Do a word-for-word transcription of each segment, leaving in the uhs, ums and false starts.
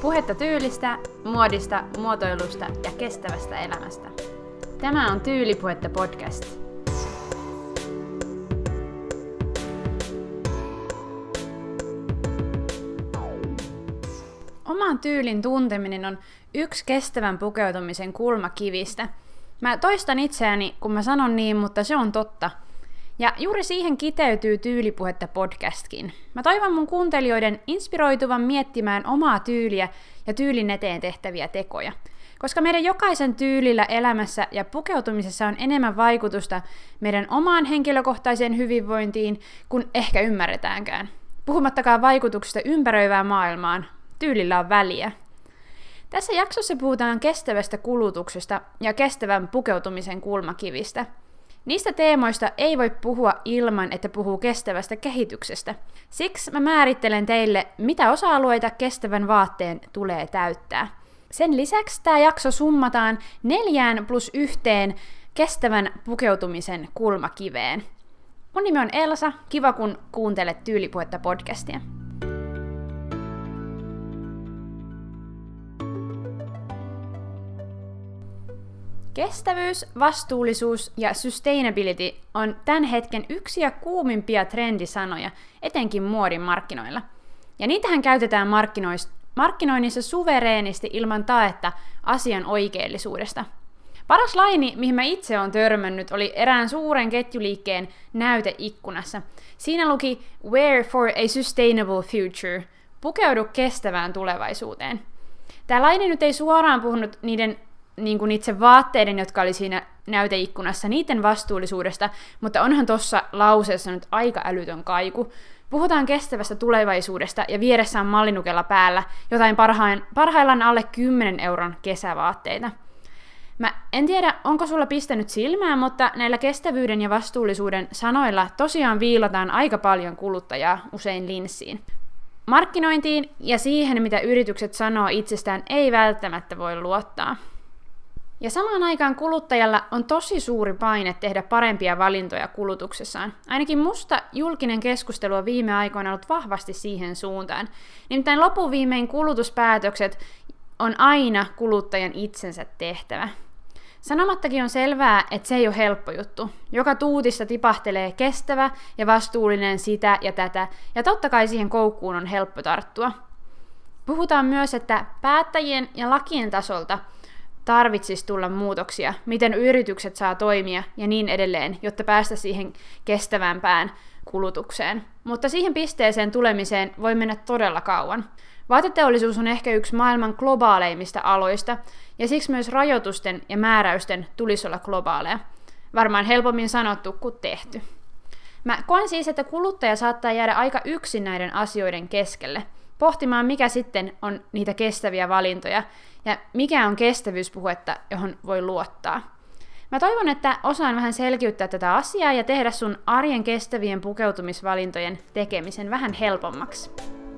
Puhetta tyylistä, muodista, muotoilusta ja kestävästä elämästä. Tämä on Tyylipuhetta podcast. Oman tyylin tunteminen on yksi kestävän pukeutumisen kulmakivistä. Mä toistan itseäni, kun mä sanon niin, mutta se on totta. Ja juuri siihen kiteytyy Tyylipuhetta podcastkin. Mä toivon mun kuuntelijoiden inspiroituvan miettimään omaa tyyliä ja tyylin eteen tehtäviä tekoja. Koska meidän jokaisen tyylillä elämässä ja pukeutumisessa on enemmän vaikutusta meidän omaan henkilökohtaiseen hyvinvointiin kuin ehkä ymmärretäänkään. Puhumattakaan vaikutuksista ympäröivään maailmaan, tyylillä on väliä. Tässä jaksossa puhutaan kestävästä kulutuksesta ja kestävän pukeutumisen kulmakivistä. Niistä teemoista ei voi puhua ilman, että puhuu kestävästä kehityksestä. Siksi mä määrittelen teille, mitä osa-alueita kestävän vaatteen tulee täyttää. Sen lisäksi tämä jakso summataan neljään plus yhteen kestävän pukeutumisen kulmakiveen. Mun nimi on Elsa, kiva kun kuuntelet Tyylipuhetta podcastia. Kestävyys, vastuullisuus ja sustainability on tämän hetken yksi ja kuumimpia trendisanoja, etenkin muodin markkinoilla. Ja niitähän käytetään markkinoinnissa suvereenisti ilman taetta asian oikeellisuudesta. Paras laini, mihin mä itse olen törmännyt, oli erään suuren ketjuliikkeen näyteikkunassa. Siinä luki Wear for a sustainable future, pukeudu kestävään tulevaisuuteen. Tämä laini nyt ei suoraan puhunut niiden niin kuin itse vaatteiden, jotka oli siinä näyteikkunassa, niiden vastuullisuudesta, mutta onhan tuossa lauseessa nyt aika älytön kaiku. Puhutaan kestävästä tulevaisuudesta ja vieressä on mallinukella päällä jotain parhain, parhaillaan alle kymmenen euron kesävaatteita. Mä en tiedä, onko sulla pistänyt silmään, mutta näillä kestävyyden ja vastuullisuuden sanoilla tosiaan viilataan aika paljon kuluttajaa usein linssiin. Markkinointiin ja siihen, mitä yritykset sanoo itsestään, ei välttämättä voi luottaa. Ja samaan aikaan kuluttajalla on tosi suuri paine tehdä parempia valintoja kulutuksessaan. Ainakin musta julkinen keskustelu on viime aikoina ollut vahvasti siihen suuntaan. Nimittäin lopuviimein kulutuspäätökset on aina kuluttajan itsensä tehtävä. Sanomattakin on selvää, että se ei ole helppo juttu. Joka tuutista tipahtelee kestävä ja vastuullinen sitä ja tätä, ja totta kai siihen koukkuun on helppo tarttua. Puhutaan myös, että päättäjien ja lakien tasolta tarvitsisi tulla muutoksia, miten yritykset saa toimia ja niin edelleen, jotta päästä siihen kestävämpään kulutukseen. Mutta siihen pisteeseen tulemiseen voi mennä todella kauan. Vaateteollisuus on ehkä yksi maailman globaaleimmista aloista, ja siksi myös rajoitusten ja määräysten tulisi olla globaaleja. Varmaan helpommin sanottu kuin tehty. Mä koen siis, että kuluttaja saattaa jäädä aika yksin näiden asioiden keskelle, pohtimaan mikä sitten on niitä kestäviä valintoja, ja mikä on kestävyyspuhetta, johon voi luottaa. Mä toivon, että osaan vähän selkiyttää tätä asiaa ja tehdä sun arjen kestävien pukeutumisvalintojen tekemisen vähän helpommaksi.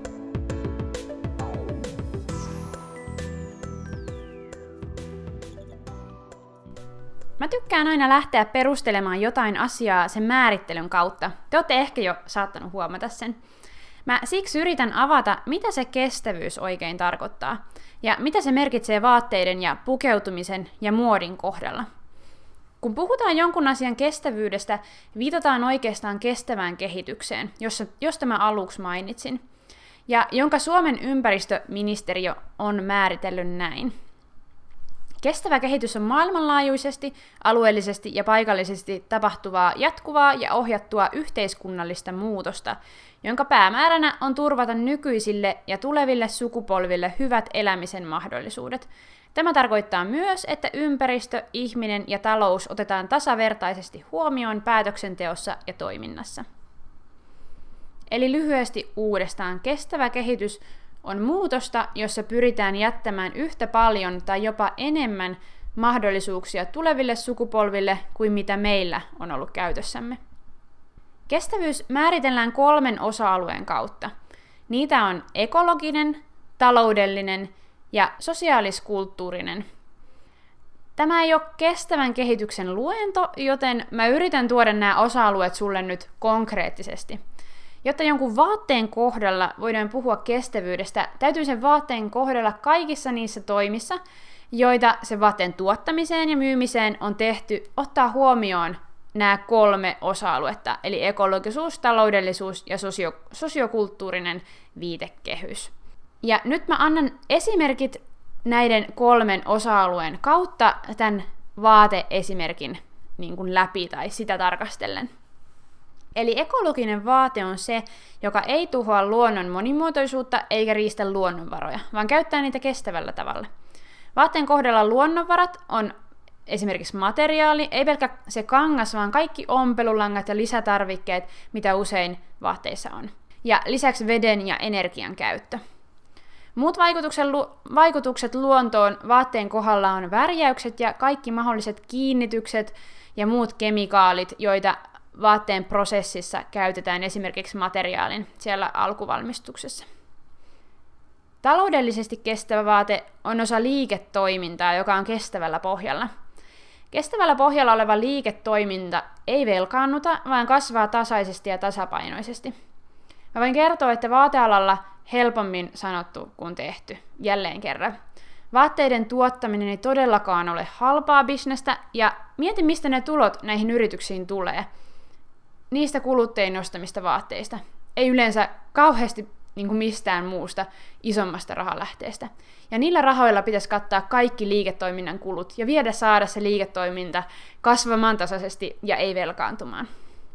Mä tykkään aina lähteä perustelemaan jotain asiaa sen määrittelyn kautta. Te olette ehkä jo saattanut huomata sen. Mä siksi yritän avata, mitä se kestävyys oikein tarkoittaa, ja mitä se merkitsee vaatteiden ja pukeutumisen ja muodin kohdalla. Kun puhutaan jonkun asian kestävyydestä, viitataan oikeastaan kestävään kehitykseen, jossa, josta mä aluksi mainitsin, ja jonka Suomen ympäristöministeriö on määritellyt näin. Kestävä kehitys on maailmanlaajuisesti, alueellisesti ja paikallisesti tapahtuvaa jatkuvaa ja ohjattua yhteiskunnallista muutosta, jonka päämääränä on turvata nykyisille ja tuleville sukupolville hyvät elämisen mahdollisuudet. Tämä tarkoittaa myös, että ympäristö, ihminen ja talous otetaan tasavertaisesti huomioon päätöksenteossa ja toiminnassa. Eli lyhyesti uudestaan kestävä kehitys on muutosta, jossa pyritään jättämään yhtä paljon tai jopa enemmän mahdollisuuksia tuleville sukupolville kuin mitä meillä on ollut käytössämme. Kestävyys määritellään kolmen osa-alueen kautta. Niitä on ekologinen, taloudellinen ja sosiaalis-kulttuurinen. Tämä ei ole kestävän kehityksen luento, joten mä yritän tuoda nämä osa-alueet sulle nyt konkreettisesti. Jotta jonkun vaatteen kohdalla voidaan puhua kestävyydestä, täytyy sen vaatteen kohdella kaikissa niissä toimissa, joita sen vaatteen tuottamiseen ja myymiseen on tehty, ottaa huomioon nämä kolme osa-aluetta, eli ekologisuus, taloudellisuus ja sosio- sosiokulttuurinen viitekehys. Ja nyt mä annan esimerkit näiden kolmen osa-alueen kautta tämän vaateesimerkin niin kuin läpi tai sitä tarkastellen. Eli ekologinen vaate on se, joka ei tuhoa luonnon monimuotoisuutta eikä riistä luonnonvaroja, vaan käyttää niitä kestävällä tavalla. Vaatteen kohdalla luonnonvarat on esimerkiksi materiaali, ei pelkkä se kangas, vaan kaikki ompelulangat ja lisätarvikkeet, mitä usein vaatteissa on. Ja lisäksi veden ja energian käyttö. Muut vaikutukset luontoon vaatteen kohdalla on värjäykset ja kaikki mahdolliset kiinnitykset ja muut kemikaalit, joita vaatteen prosessissa käytetään esimerkiksi materiaalin siellä alkuvalmistuksessa. Taloudellisesti kestävä vaate on osa liiketoimintaa, joka on kestävällä pohjalla. Kestävällä pohjalla oleva liiketoiminta ei velkaannuta, vaan kasvaa tasaisesti ja tasapainoisesti. Mä voin kertoa, että vaatealalla helpommin sanottu kuin tehty, jälleen kerran. Vaatteiden tuottaminen ei todellakaan ole halpaa bisnestä, ja mieti, mistä ne tulot näihin yrityksiin tulee. Niistä kuluttajien ostamista vaatteista. Ei yleensä kauheasti niin kuin mistään muusta isommasta rahalähteestä. Ja niillä rahoilla pitäisi kattaa kaikki liiketoiminnan kulut ja viedä saada se liiketoiminta kasvamaan tasaisesti ja ei velkaantumaan.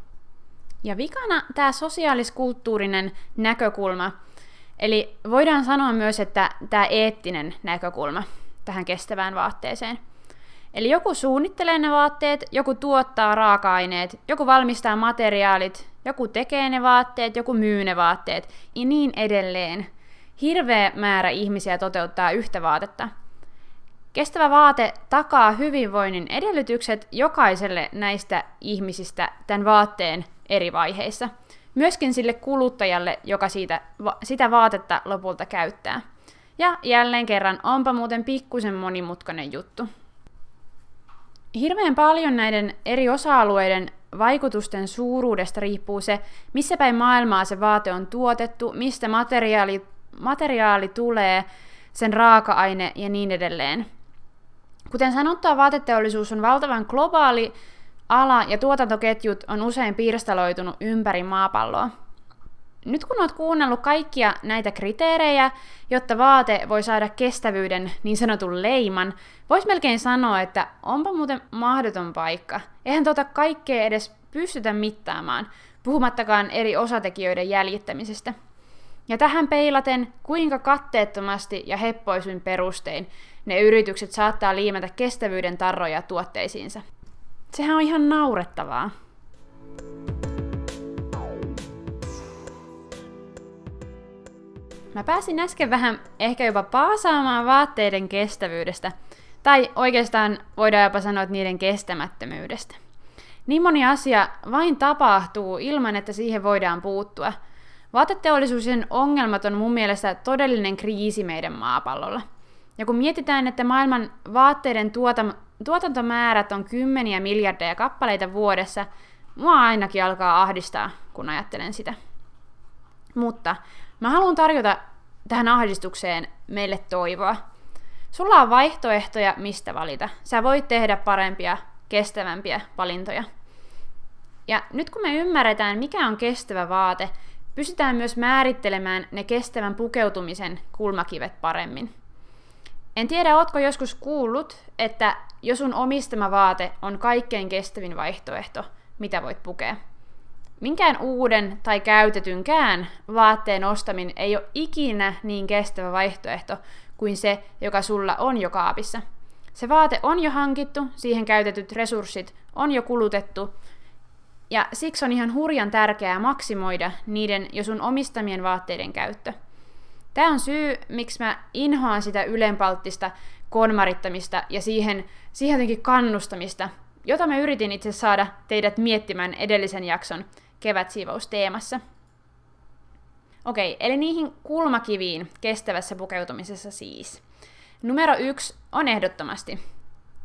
Ja vikana tämä sosiaalis-kulttuurinen näkökulma, eli voidaan sanoa myös, että tämä eettinen näkökulma tähän kestävään vaatteeseen. Eli joku suunnittelee ne vaatteet, joku tuottaa raaka-aineet, joku valmistaa materiaalit, joku tekee ne vaatteet, joku myy ne vaatteet ja niin edelleen. Hirveä määrä ihmisiä toteuttaa yhtä vaatetta. Kestävä vaate takaa hyvinvoinnin edellytykset jokaiselle näistä ihmisistä tämän vaatteen eri vaiheissa. Myöskin sille kuluttajalle, joka siitä, sitä vaatetta lopulta käyttää. Ja jälleen kerran, onpa muuten pikkusen monimutkainen juttu. Hirveän paljon näiden eri osa-alueiden vaikutusten suuruudesta riippuu se, missä päin maailmaa se vaate on tuotettu, mistä materiaali, materiaali tulee, sen raaka-aine ja niin edelleen. Kuten sanottua, vaateteollisuus on valtavan globaali ala ja tuotantoketjut on usein pirstaloitunut ympäri maapalloa. Nyt kun olet kuunnellut kaikkia näitä kriteerejä, jotta vaate voi saada kestävyyden niin sanotun leiman, voisi melkein sanoa, että onpa muuten mahdoton paikka. Eihän tuota kaikkea edes pystytä mittaamaan, puhumattakaan eri osatekijöiden jäljittämisestä. Ja tähän peilaten, kuinka katteettomasti ja heppoisin perustein ne yritykset saattaa liimätä kestävyyden tarroja tuotteisiinsa. Sehän on ihan naurettavaa. Mä pääsin äsken vähän ehkä jopa paasaamaan vaatteiden kestävyydestä, tai oikeastaan voidaan jopa sanoa, että niiden kestämättömyydestä. Niin moni asia vain tapahtuu ilman, että siihen voidaan puuttua. Vaateteollisuuden ongelmat on mun mielestä todellinen kriisi meidän maapallolla. Ja kun mietitään, että maailman vaatteiden tuota, tuotantomäärät on kymmeniä miljardeja kappaleita vuodessa, mua ainakin alkaa ahdistaa, kun ajattelen sitä. Mutta mä haluan tarjota tähän ahdistukseen meille toivoa. Sulla on vaihtoehtoja, mistä valita. Sä voit tehdä parempia, kestävämpiä valintoja. Ja nyt kun me ymmärretään, mikä on kestävä vaate, pystytään myös määrittelemään ne kestävän pukeutumisen kulmakivet paremmin. En tiedä, ootko joskus kuullut, että jos sun omistama vaate on kaikkein kestävin vaihtoehto, mitä voit pukea. Minkään uuden tai käytetynkään vaatteen ostaminen ei ole ikinä niin kestävä vaihtoehto kuin se, joka sulla on jo kaapissa. Se vaate on jo hankittu, siihen käytetyt resurssit on jo kulutettu, ja siksi on ihan hurjan tärkeää maksimoida niiden jo sun omistamien vaatteiden käyttö. Tämä on syy, miksi mä inhoan sitä ylenpalttista konmarittamista ja siihen, siihen jotenkin kannustamista, jota mä yritin itse saada teidät miettimään edellisen jakson kevätsiivousteemassa. Okei, eli niihin kulmakiviin kestävässä pukeutumisessa siis. Numero yksi on ehdottomasti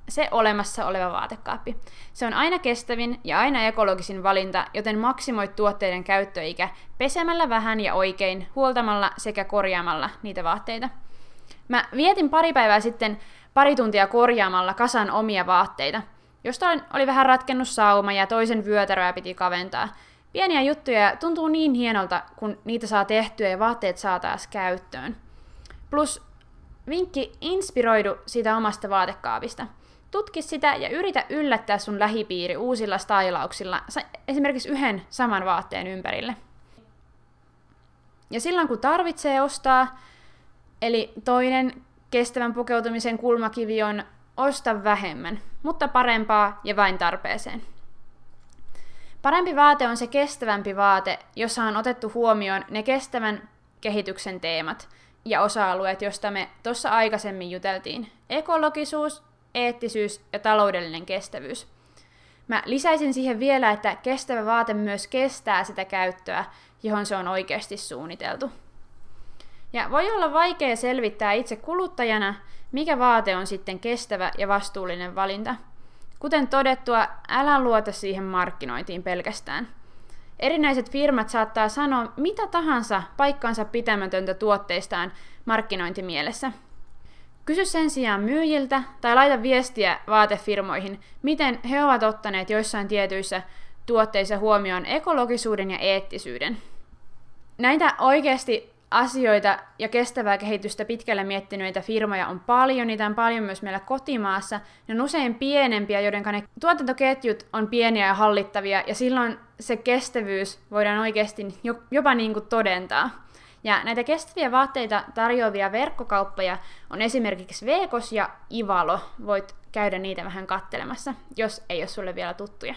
se olemassa oleva vaatekaappi. Se on aina kestävin ja aina ekologisin valinta, joten maksimoit tuotteiden käyttöikä pesemällä vähän ja oikein, huoltamalla sekä korjaamalla niitä vaatteita. Mä vietin pari päivää sitten pari tuntia korjaamalla kasan omia vaatteita. Jostain oli vähän ratkennut sauma ja toisen vyötäröä piti kaventaa. Pieniä juttuja tuntuu niin hienolta, kun niitä saa tehtyä ja vaatteet saa taas käyttöön. Plus vinkki, inspiroidu siitä omasta vaatekaapista. Tutki sitä ja yritä yllättää sun lähipiiri uusilla stylauksilla, esimerkiksi yhden saman vaatteen ympärille. Ja silloin kun tarvitsee ostaa, eli toinen kestävän pukeutumisen kulmakivi on osta vähemmän, mutta parempaa ja vain tarpeeseen. Parempi vaate on se kestävämpi vaate, jossa on otettu huomioon ne kestävän kehityksen teemat ja osa-alueet, joista me tuossa aikaisemmin juteltiin. Ekologisuus, eettisyys ja taloudellinen kestävyys. Mä lisäisin siihen vielä, että kestävä vaate myös kestää sitä käyttöä, johon se on oikeasti suunniteltu. Ja voi olla vaikea selvittää itse kuluttajana, mikä vaate on sitten kestävä ja vastuullinen valinta. Kuten todettua, älä luota siihen markkinointiin pelkästään. Erinäiset firmat saattaa sanoa mitä tahansa paikkansa pitämätöntä tuotteistaan markkinointimielessä. Kysy sen sijaan myyjiltä tai laita viestiä vaatefirmoihin, miten he ovat ottaneet joissain tietyissä tuotteissa huomioon ekologisuuden ja eettisyyden. Näitä oikeasti asioita ja kestävää kehitystä pitkälle miettineitä firmoja on paljon, niitä on paljon myös meillä kotimaassa. Ne on usein pienempiä, joiden ne tuotantoketjut on pieniä ja hallittavia, ja silloin se kestävyys voidaan oikeasti jopa niin kuin todentaa. Ja näitä kestäviä vaatteita tarjoavia verkkokauppoja on esimerkiksi Vekos ja Ivalo. Voit käydä niitä vähän kattelemassa, jos ei ole sulle vielä tuttuja.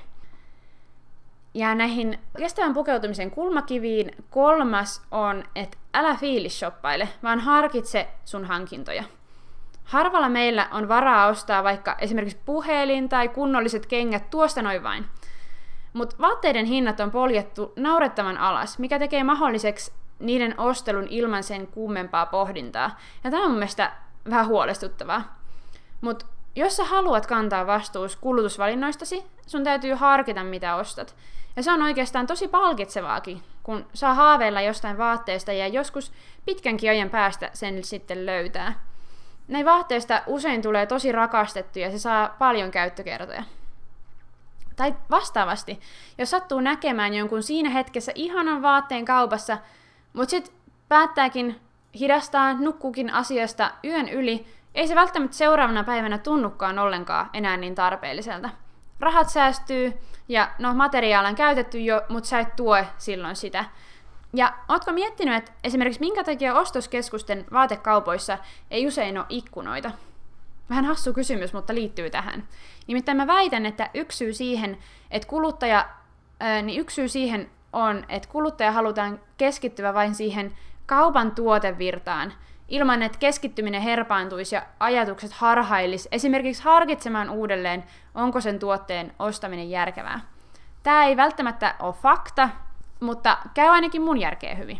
Ja näihin kestävän pukeutumisen kulmakiviin kolmas on, että älä fiilisshoppaile, vaan harkitse sun hankintoja. Harvalla meillä on varaa ostaa vaikka esimerkiksi puhelin tai kunnolliset kengät tuosta noin vain. Mutta vaatteiden hinnat on poljettu naurettavan alas, mikä tekee mahdolliseksi niiden ostelun ilman sen kummempaa pohdintaa. Ja tämä on mun mielestä vähän huolestuttavaa. Mutta jos sä haluat kantaa vastuus kulutusvalinnoistasi, sun täytyy harkita mitä ostat. Ja se on oikeastaan tosi palkitsevaakin, kun saa haaveilla jostain vaatteesta ja joskus pitkänkin ajan päästä sen sitten löytää. Näin vaatteista usein tulee tosi rakastettu ja se saa paljon käyttökertoja. Tai vastaavasti, jos sattuu näkemään jonkun siinä hetkessä ihanan vaatteen kaupassa, mutta sitten päättääkin hidastaa, nukkuukin asiasta yön yli, ei se välttämättä seuraavana päivänä tunnukaan ollenkaan enää niin tarpeelliselta. Rahat säästyy ja no materiaalia on käytetty jo, mutta sä et tue silloin sitä. Ja ootko miettinyt, että esimerkiksi minkä takia ostoskeskusten vaatekaupoissa ei usein ole ikkunoita? Vähän hassu kysymys, mutta liittyy tähän. Nimittäin mä väitän, että yksi syy siihen, että kuluttaja, ää, niin yksi syy siihen on, että kuluttaja halutaan keskittyä vain siihen kaupan tuotevirtaan, ilman että keskittyminen herpaantuisi ja ajatukset harhailisi, esimerkiksi harkitsemaan uudelleen, onko sen tuotteen ostaminen järkevää. Tämä ei välttämättä ole fakta, mutta käy ainakin mun järkeä hyvin.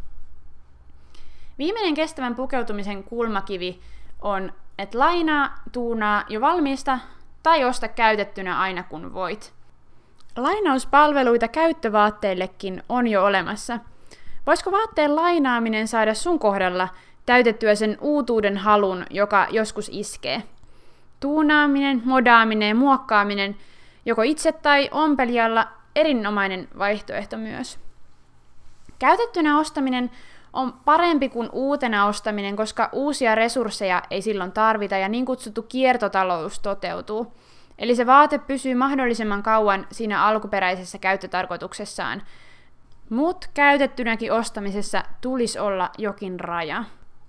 Viimeinen kestävän pukeutumisen kulmakivi on, että lainaa, tuunaa jo valmiista tai osta käytettynä aina kun voit. Lainauspalveluita käyttövaatteillekin on jo olemassa. Voisiko vaatteen lainaaminen saada sun kohdalla täytettyä sen uutuuden halun, joka joskus iskee? Tuunaaminen, modaaminen ja muokkaaminen, joko itse tai ompelijalla, erinomainen vaihtoehto myös. Käytettynä ostaminen on parempi kuin uutena ostaminen, koska uusia resursseja ei silloin tarvita ja niin kutsuttu kiertotalous toteutuu. Eli se vaate pysyy mahdollisimman kauan siinä alkuperäisessä käyttötarkoituksessaan, mutta käytettynäkin ostamisessa tulisi olla jokin raja.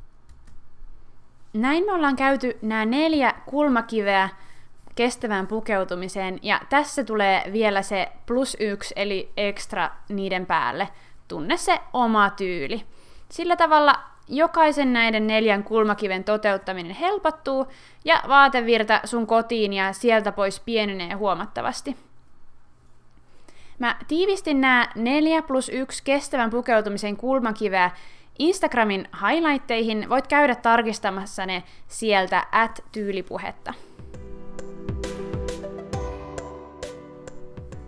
Näin me ollaan käyty nämä neljä kulmakiveä kestävään pukeutumiseen, ja tässä tulee vielä se plus yksi, eli ekstra niiden päälle. Tunne se oma tyyli. Sillä tavalla jokaisen näiden neljän kulmakiven toteuttaminen helpottuu, ja vaatevirta sun kotiin ja sieltä pois pienenee huomattavasti. Mä tiivistin nämä neljä plus yksi kestävän pukeutumisen kulmakiveä Instagramin highlightteihin. Voit käydä tarkistamassa ne sieltä at tyylipuhetta.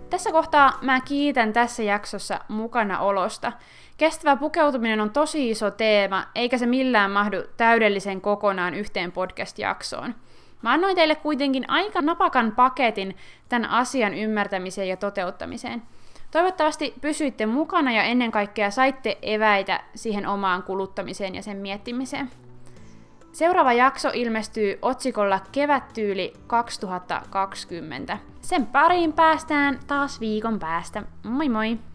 Tässä kohtaa mä kiitän tässä jaksossa mukana olosta. Kestävä pukeutuminen on tosi iso teema, eikä se millään mahdu täydellisen kokonaan yhteen podcast-jaksoon. Mä annoin teille kuitenkin aika napakan paketin tämän asian ymmärtämiseen ja toteuttamiseen. Toivottavasti pysyitte mukana ja ennen kaikkea saitte eväitä siihen omaan kuluttamiseen ja sen miettimiseen. Seuraava jakso ilmestyy otsikolla Kevättyyli kaksituhattakaksikymmentä. Sen pariin päästään taas viikon päästä. Moi moi!